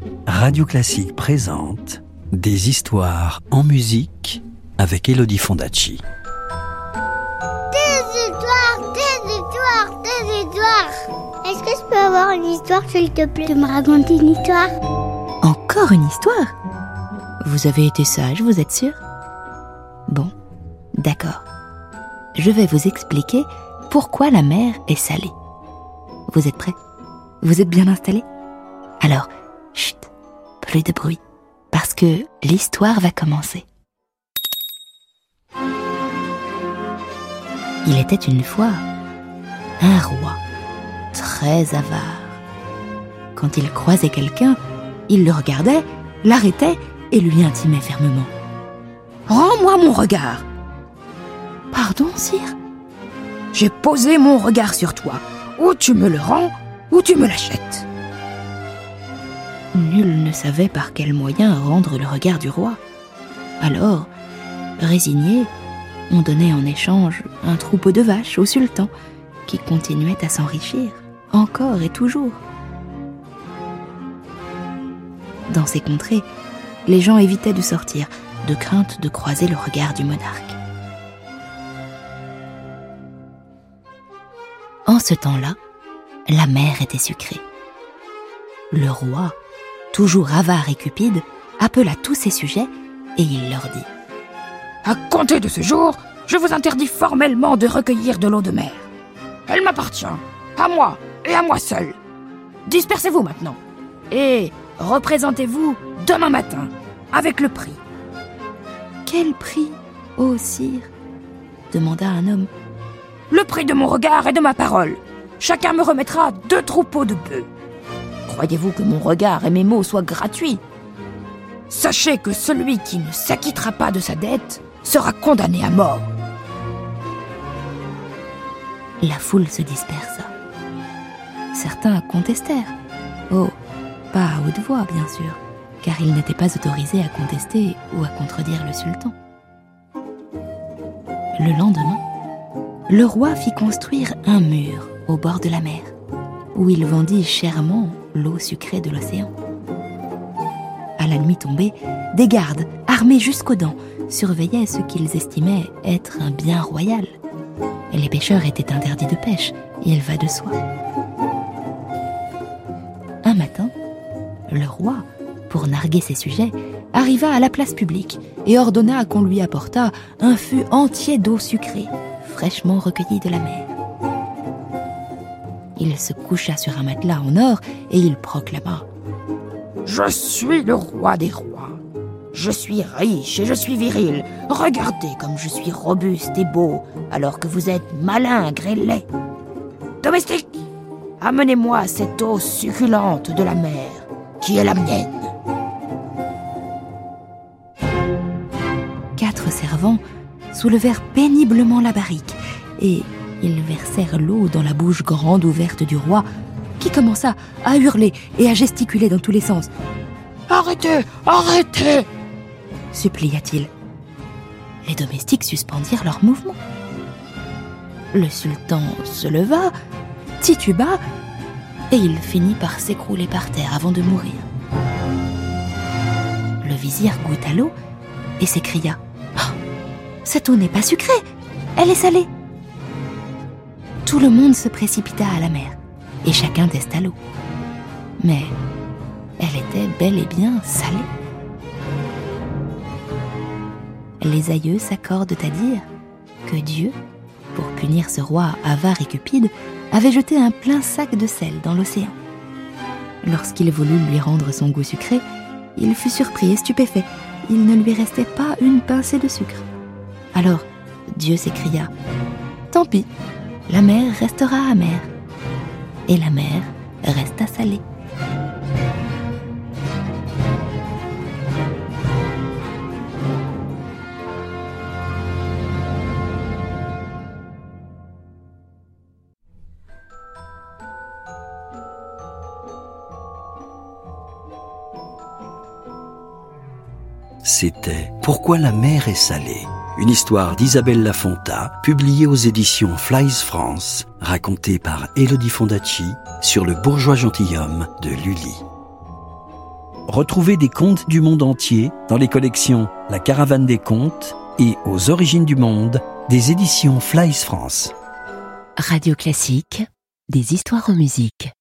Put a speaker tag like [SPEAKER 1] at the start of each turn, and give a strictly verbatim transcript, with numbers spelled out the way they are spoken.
[SPEAKER 1] Radio Classique présente Des histoires en musique avec Elodie Fondacci.
[SPEAKER 2] Des histoires, des histoires, des histoires. Est-ce que je peux avoir une histoire, s'il te plaît, de me raconter une histoire?
[SPEAKER 3] Encore une histoire? Vous avez été sage, vous êtes sûr? Bon, d'accord. Je vais vous expliquer pourquoi la mer est salée. Vous êtes prêts? Vous êtes bien installés? Alors, chut, plus de bruit, parce que l'histoire va commencer. Il était une fois un roi, très avare. Quand il croisait quelqu'un, il le regardait, l'arrêtait et lui intimait fermement. « Rends-moi mon regard !»« Pardon, sire ? J'ai posé mon regard sur toi. Ou tu me le rends, ou tu me l'achètes. » Nul ne savait par quel moyen rendre le regard du roi. Alors, résigné, on donnait en échange un troupeau de vaches au sultan, qui continuait à s'enrichir, encore et toujours. Dans ces contrées, les gens évitaient de sortir, de crainte de croiser le regard du monarque. En ce temps-là, la mer était sucrée. Le roi, toujours avare et cupide, appela tous ses sujets et il leur dit « À compter de ce jour, je vous interdis formellement de recueillir de l'eau de mer. Elle m'appartient, à moi et à moi seul. Dispersez-vous maintenant et représentez-vous demain matin avec le prix. » « Quel prix, ô sire ? Demanda un homme. « Le prix de mon regard et de ma parole. Chacun me remettra deux troupeaux de bœufs. Croyez-vous que mon regard et mes mots soient gratuits ? Sachez que celui qui ne s'acquittera pas de sa dette sera condamné à mort. » La foule se dispersa. Certains contestèrent. Oh, pas à haute voix, bien sûr, car ils n'étaient pas autorisés à contester ou à contredire le sultan. Le lendemain, le roi fit construire un mur au bord de la mer, où il vendit chèrement l'eau sucrée de l'océan. À la nuit tombée, des gardes, armés jusqu'aux dents, surveillaient ce qu'ils estimaient être un bien royal. Les pêcheurs étaient interdits de pêche, il va de soi. Un matin, le roi, pour narguer ses sujets, arriva à la place publique et ordonna qu'on lui apportât un fût entier d'eau sucrée, fraîchement recueillie de la mer. Il se coucha sur un matelas en or et il proclama « Je suis le roi des rois. Je suis riche et je suis viril. Regardez comme je suis robuste et beau, alors que vous êtes malingre et laid. Domestique, amenez-moi cette eau succulente de la mer, qui est la mienne. » Quatre servants soulevèrent péniblement la barrique et ils versèrent l'eau dans la bouche grande ouverte du roi, qui commença à hurler et à gesticuler dans tous les sens. « Arrêtez, arrêtez !» supplia-t-il. Les domestiques suspendirent leurs mouvements. Le sultan se leva, tituba, et il finit par s'écrouler par terre avant de mourir. Le vizir goûta l'eau et s'écria « Oh, cette eau n'est pas sucrée, elle est salée !» Tout le monde se précipita à la mer et chacun testa l'eau. Mais elle était bel et bien salée. Les aïeux s'accordent à dire que Dieu, pour punir ce roi avare et cupide, avait jeté un plein sac de sel dans l'océan. Lorsqu'il voulut lui rendre son goût sucré, il fut surpris et stupéfait. Il ne lui restait pas une pincée de sucre. Alors Dieu s'écria « Tant pis, la mer restera amère. » Et la mer resta salée.
[SPEAKER 1] C'était Pourquoi la mer est salée, une histoire d'Isabelle Lafonta, publiée aux éditions Flies France, racontée par Elodie Fondacci sur le bourgeois gentilhomme de Lully. Retrouvez des contes du monde entier dans les collections La Caravane des Contes et Aux Origines du Monde des éditions Flies France.
[SPEAKER 3] Radio Classique, des histoires en musique.